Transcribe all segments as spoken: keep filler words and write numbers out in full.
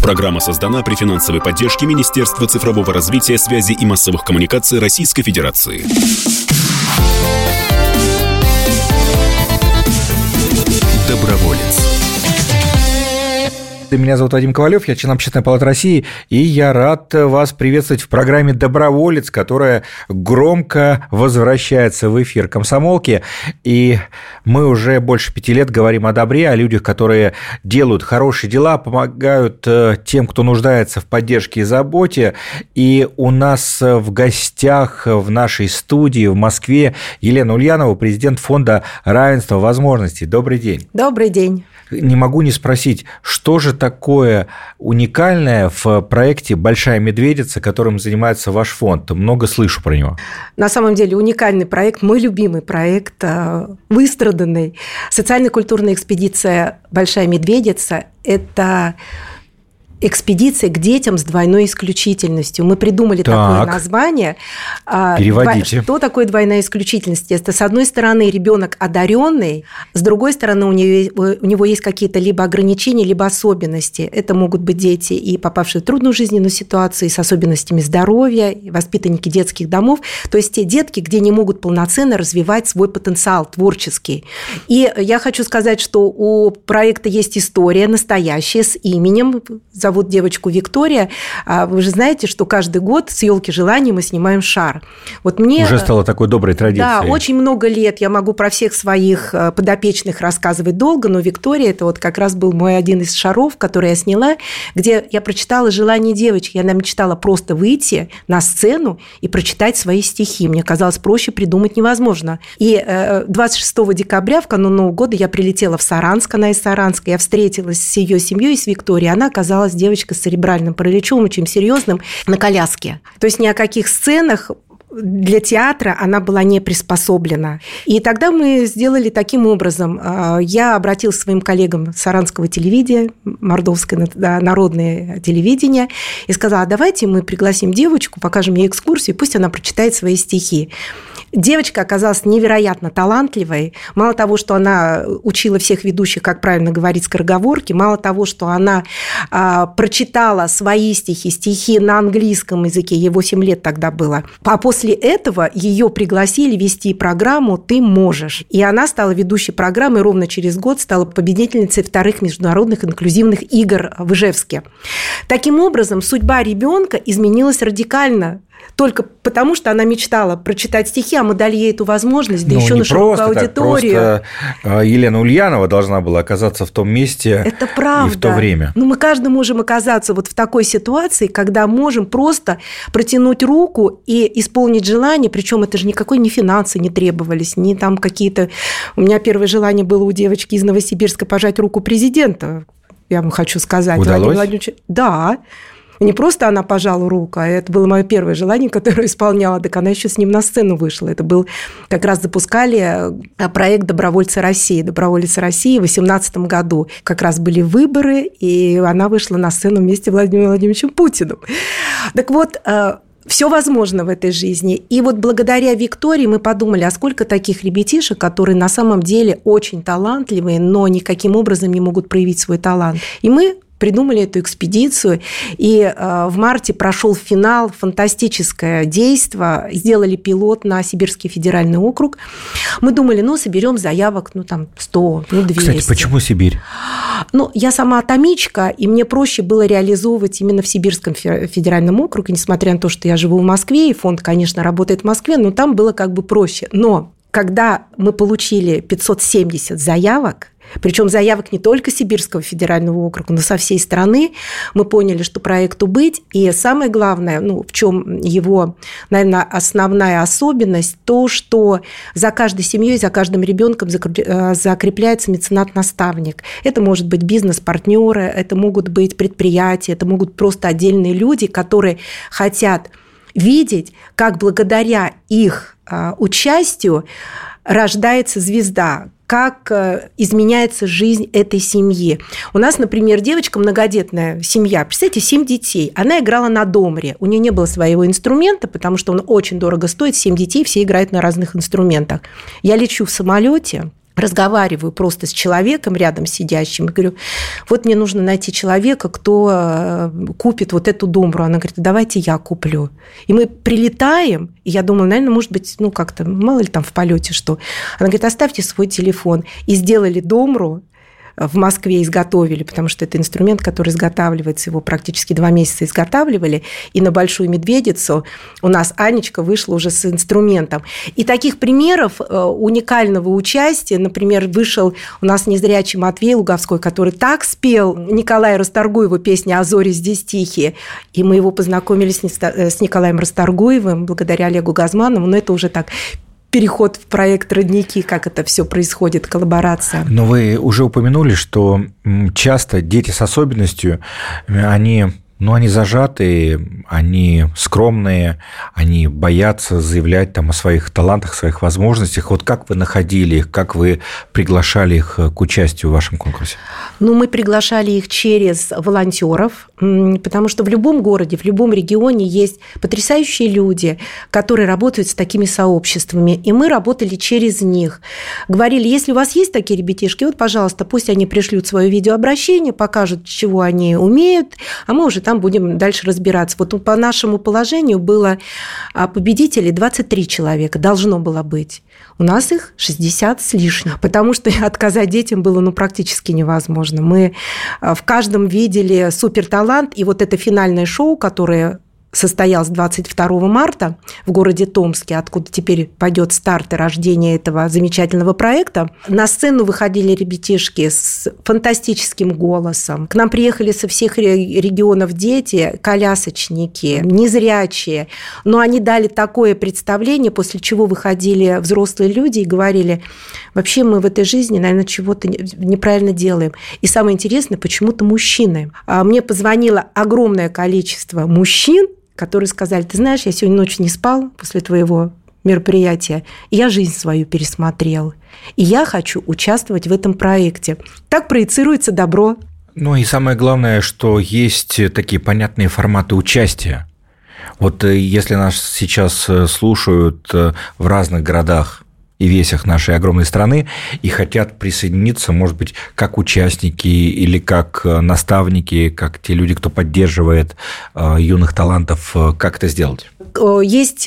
Программа создана при финансовой поддержке Министерства цифрового развития, связи и массовых коммуникаций Российской Федерации. Доброволец. Меня зовут Вадим Ковалев, я член Общественной палаты России, и я рад вас приветствовать в программе «Доброволец», которая громко возвращается в эфир «Комсомолки». И мы уже больше пяти лет говорим о добре, о людях, которые делают хорошие дела, помогают тем, кто нуждается в поддержке и заботе. И у нас в гостях в нашей студии в Москве Елена Ульянова, президент Фонда равенства возможностей. Добрый день. Добрый день. Не могу не спросить, что же такое уникальное в проекте «Большая медведица», которым занимается ваш фонд? Много слышу про него. На самом деле уникальный проект, мой любимый проект, выстраданный. Социально-культурная экспедиция «Большая медведица» – это экспедиция к детям с двойной исключительностью. Мы придумали так. такое название. Переводите. Что такое двойная исключительность? Это, с одной стороны, ребенок одаренный, с другой стороны, у него, у него есть какие-то либо ограничения, либо особенности. Это могут быть дети, и попавшие в трудную жизненную ситуацию, с особенностями здоровья, воспитанники детских домов. То есть те детки, где не могут полноценно развивать свой потенциал творческий. И я хочу сказать, что у проекта есть история настоящая, с именем. Зовут девочку Виктория. Вы же знаете, что каждый год с «Елки желаний» мы снимаем шар. Вот мне... Уже стало такой доброй традицией. Да, очень много лет. Я могу про всех своих подопечных рассказывать долго, но Виктория – это вот как раз был мой один из шаров, который я сняла, где я прочитала желание девочки. Я мечтала просто выйти на сцену и прочитать свои стихи. Мне казалось, проще придумать невозможно. И двадцать шестого декабря, в канун Нового года, я прилетела в Саранск, она из Саранска, я встретилась с ее семьей, с Викторией. Она оказалась девочка с церебральным параличом, очень серьезным, на коляске. То есть ни о каких сценах для театра она была не приспособлена. И тогда мы сделали таким образом. Я обратилась к своим коллегам саранского телевидения, мордовское народное телевидение, и сказала, давайте мы пригласим девочку, покажем ей экскурсию, пусть она прочитает свои стихи. Девочка оказалась невероятно талантливой. Мало того, что она учила всех ведущих, как правильно говорить скороговорки, мало того, что она а, прочитала свои стихи, стихи на английском языке, ей восемь лет тогда было. А после этого ее пригласили вести программу «Ты можешь». И она стала ведущей программы, и ровно через год стала победительницей вторых международных инклюзивных игр в Ижевске. Таким образом, судьба ребенка изменилась радикально. Только потому, что она мечтала прочитать стихи, а мы дали ей эту возможность, да ну, еще на широкую аудиторию. Просто Елена Ульянова должна была оказаться в том месте Это правда. И в то время. Ну, мы каждый можем оказаться вот в такой ситуации, когда можем просто протянуть руку и исполнить желание, причем это же никакой ни финансы не требовались, ни там какие-то... У меня первое желание было у девочки из Новосибирска пожать руку президента, я вам хочу сказать. Удалось? Да. Не просто она пожала руку, а это было мое первое желание, которое исполняла, так она еще с ним на сцену вышла. Это был, как раз запускали проект «Добровольцы России», «Доброволец России» в две тысячи восемнадцатом году. Как раз были выборы, и она вышла на сцену вместе с Владимиром Владимировичем Путиным. Так вот, все возможно в этой жизни. И вот благодаря Виктории мы подумали, а сколько таких ребятишек, которые на самом деле очень талантливые, но никаким образом не могут проявить свой талант. И мы придумали эту экспедицию, и в марте прошел финал, фантастическое действо, сделали пилот на Сибирский федеральный округ. Мы думали, ну, соберем заявок, ну, там, сто, ну, двести. Кстати, почему Сибирь? Ну, я сама атомичка, и мне проще было реализовывать именно в Сибирском федеральном округе, несмотря на то, что я живу в Москве, и фонд, конечно, работает в Москве, но там было как бы проще. Но когда мы получили пятьсот семьдесят заявок, причем заявок не только Сибирского федерального округа, но со всей страны, мы поняли, что проекту быть. И самое главное, ну, в чем его, наверное, основная особенность, то, что за каждой семьей, за каждым ребенком закрепляется меценат-наставник. Это может быть бизнес-партнеры, это могут быть предприятия, это могут просто отдельные люди, которые хотят видеть, как благодаря их участию рождается звезда, как изменяется жизнь этой семьи. У нас, например, девочка, многодетная семья, представьте, семь детей, она играла на домре, у нее не было своего инструмента, потому что он очень дорого стоит, семь детей, все играют на разных инструментах. Я лечу в самолете, разговариваю просто с человеком рядом сидящим и говорю, вот мне нужно найти человека, кто купит вот эту домбру. Она говорит, давайте я куплю. И мы прилетаем, и я думаю, наверное, может быть, ну как-то, мало ли там в полете что. Она говорит, оставьте свой телефон. И сделали домбру. В Москве изготовили, потому что это инструмент, который изготавливается, его практически два месяца изготавливали, и на Большую Медведицу у нас Анечка вышла уже с инструментом. И таких примеров уникального участия, например, вышел у нас незрячий Матвей Луговской, который так спел Николая Расторгуева песню «А зори здесь тихие», и мы его познакомили с Николаем Расторгуевым благодаря Олегу Газманову, но это уже так... переход в проект «Родники», как это все происходит, коллаборация. Но вы уже упомянули, что часто дети с особенностью, они, ну, они зажатые, они скромные, они боятся заявлять там о своих талантах, своих возможностях. Вот как вы находили их, как вы приглашали их к участию в вашем конкурсе? Ну, мы приглашали их через волонтеров, потому что в любом городе, в любом регионе есть потрясающие люди, которые работают с такими сообществами, и мы работали через них. Говорили, если у вас есть такие ребятишки, вот, пожалуйста, пусть они пришлют свое видеообращение, покажут, чего они умеют, а мы уже там будем дальше разбираться. Вот по нашему положению было победителей двадцать три человека, должно было быть. У нас их шестьдесят с лишним, потому что отказать детям было ну, практически невозможно. Мы в каждом видели суперталант, и вот это финальное шоу, которое состоялось двадцать второго марта в городе Томске, откуда теперь пойдет старт и рождение этого замечательного проекта. На сцену выходили ребятишки с фантастическим голосом. К нам приехали со всех регионов дети, колясочники, незрячие. Но они дали такое представление, после чего выходили взрослые люди и говорили, вообще мы в этой жизни, наверное, чего-то неправильно делаем. И самое интересное, почему-то мужчины. Мне позвонило огромное количество мужчин, которые сказали, ты знаешь, я сегодня ночью не спал после твоего мероприятия, и я жизнь свою пересмотрел. И я хочу участвовать в этом проекте. Так проецируется добро. Ну и самое главное, что есть такие понятные форматы участия. Вот если нас сейчас слушают в разных городах и весях нашей огромной страны и хотят присоединиться, может быть, как участники или как наставники, как те люди, кто поддерживает юных талантов, как это сделать? Есть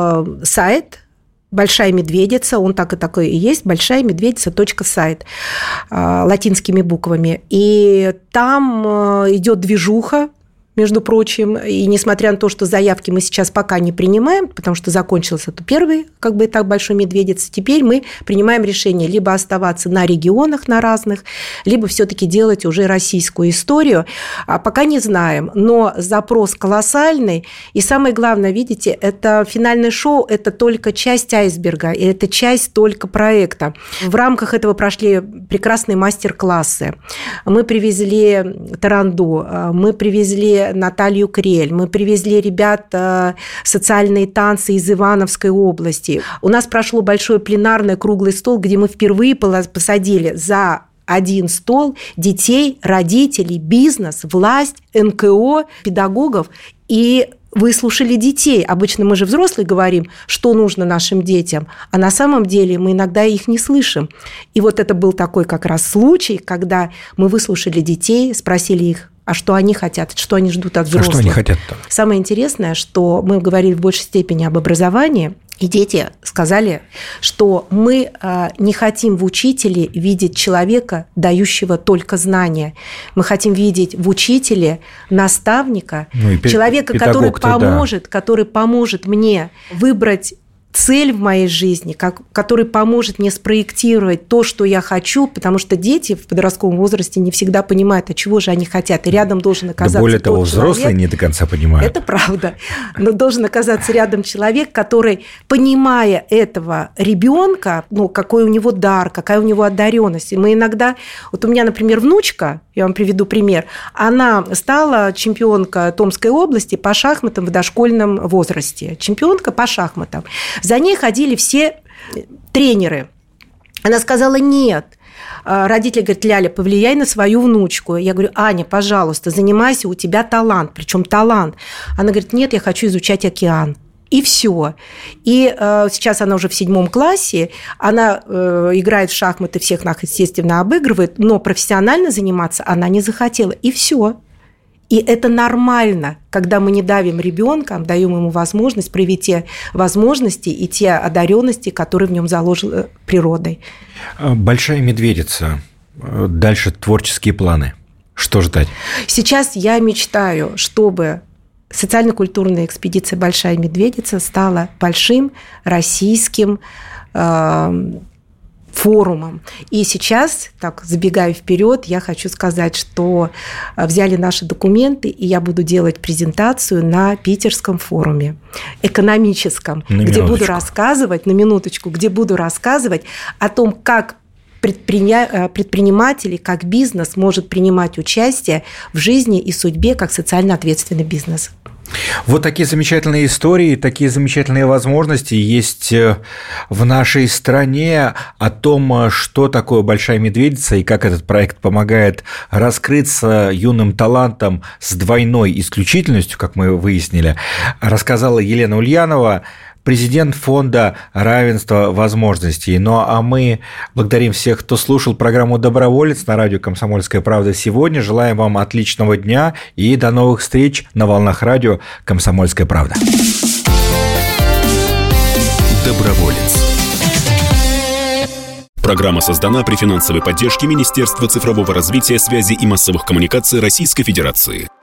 сайт «Большая Медведица», он так и такой и есть, большая медведица точка сайт латинскими буквами. И там идет движуха, между прочим, и несмотря на то, что заявки мы сейчас пока не принимаем, потому что закончился это первый как бы этап Большой Медведицы, теперь мы принимаем решение либо оставаться на регионах, на разных, либо все-таки делать уже российскую историю. А пока не знаем, но запрос колоссальный, и самое главное, видите, это финальное шоу, это только часть айсберга, и это часть только проекта. В рамках этого прошли прекрасные мастер-классы. Мы привезли Таранду, мы привезли Наталью Крель, мы привезли ребят социальные танцы из Ивановской области. У нас прошло большой пленарный круглый стол, где мы впервые посадили за один стол детей, родителей, бизнес, власть, эн ка о, педагогов и выслушали детей. Обычно мы же взрослые говорим, что нужно нашим детям, а на самом деле мы иногда их не слышим. И вот это был такой как раз случай, когда мы выслушали детей, спросили их, а что они хотят, что они ждут от взрослых. А что они хотят-то? Самое интересное, что мы говорили в большей степени об образовании, и дети сказали, что мы не хотим в учителе видеть человека, дающего только знания. Мы хотим видеть в учителе наставника, ну, человека, который поможет, да. который поможет мне выбрать цель в моей жизни, как, который поможет мне спроектировать то, что я хочу, потому что дети в подростковом возрасте не всегда понимают, а чего же они хотят, и рядом должен оказаться да более того, тот взрослые человек, не до конца понимают. Это правда. Но должен оказаться рядом человек, который, понимая этого ребенка, ну, какой у него дар, какая у него одаренность. И мы иногда... Вот у меня, например, внучка, я вам приведу пример, она стала чемпионка Томской области по шахматам в дошкольном возрасте. Чемпионка по шахматам. За ней ходили все тренеры. Она сказала, нет. Родители говорят, Ляля, повлияй на свою внучку. Я говорю, Аня, пожалуйста, занимайся, у тебя талант, причем талант. Она говорит, нет, я хочу изучать океан. И все. И э, сейчас она уже в седьмом классе, она э, играет в шахматы, всех нас, естественно, обыгрывает, но профессионально заниматься она не захотела. И все. И это нормально, когда мы не давим ребенка, а даем ему возможность проявить те возможности и те одаренности, которые в нем заложены природой. «Большая медведица». Дальше творческие планы. Что ждать? Сейчас я мечтаю, чтобы социально-культурная экспедиция «Большая медведица» стала большим российским э, форумом. И сейчас, так, забегая вперед, я хочу сказать, что взяли наши документы, и я буду делать презентацию на Питерском форуме экономическом, на где буду рассказывать, на минуточку, где буду рассказывать о том, как предприниматели, как бизнес может принимать участие в жизни и судьбе как социально ответственный бизнес. Вот такие замечательные истории, такие замечательные возможности есть в нашей стране о том, что такое «Большая медведица» и как этот проект помогает раскрыться юным талантам с двойной исключительностью, как мы выяснили, рассказала Елена Ульянова, президент фонда равенства возможностей. Ну, а мы благодарим всех, кто слушал программу «Доброволец» на радио «Комсомольская правда» сегодня. Желаем вам отличного дня и до новых встреч на волнах радио «Комсомольская правда». Доброволец. Программа создана при финансовой поддержке Министерства цифрового развития, связи и массовых коммуникаций Российской Федерации.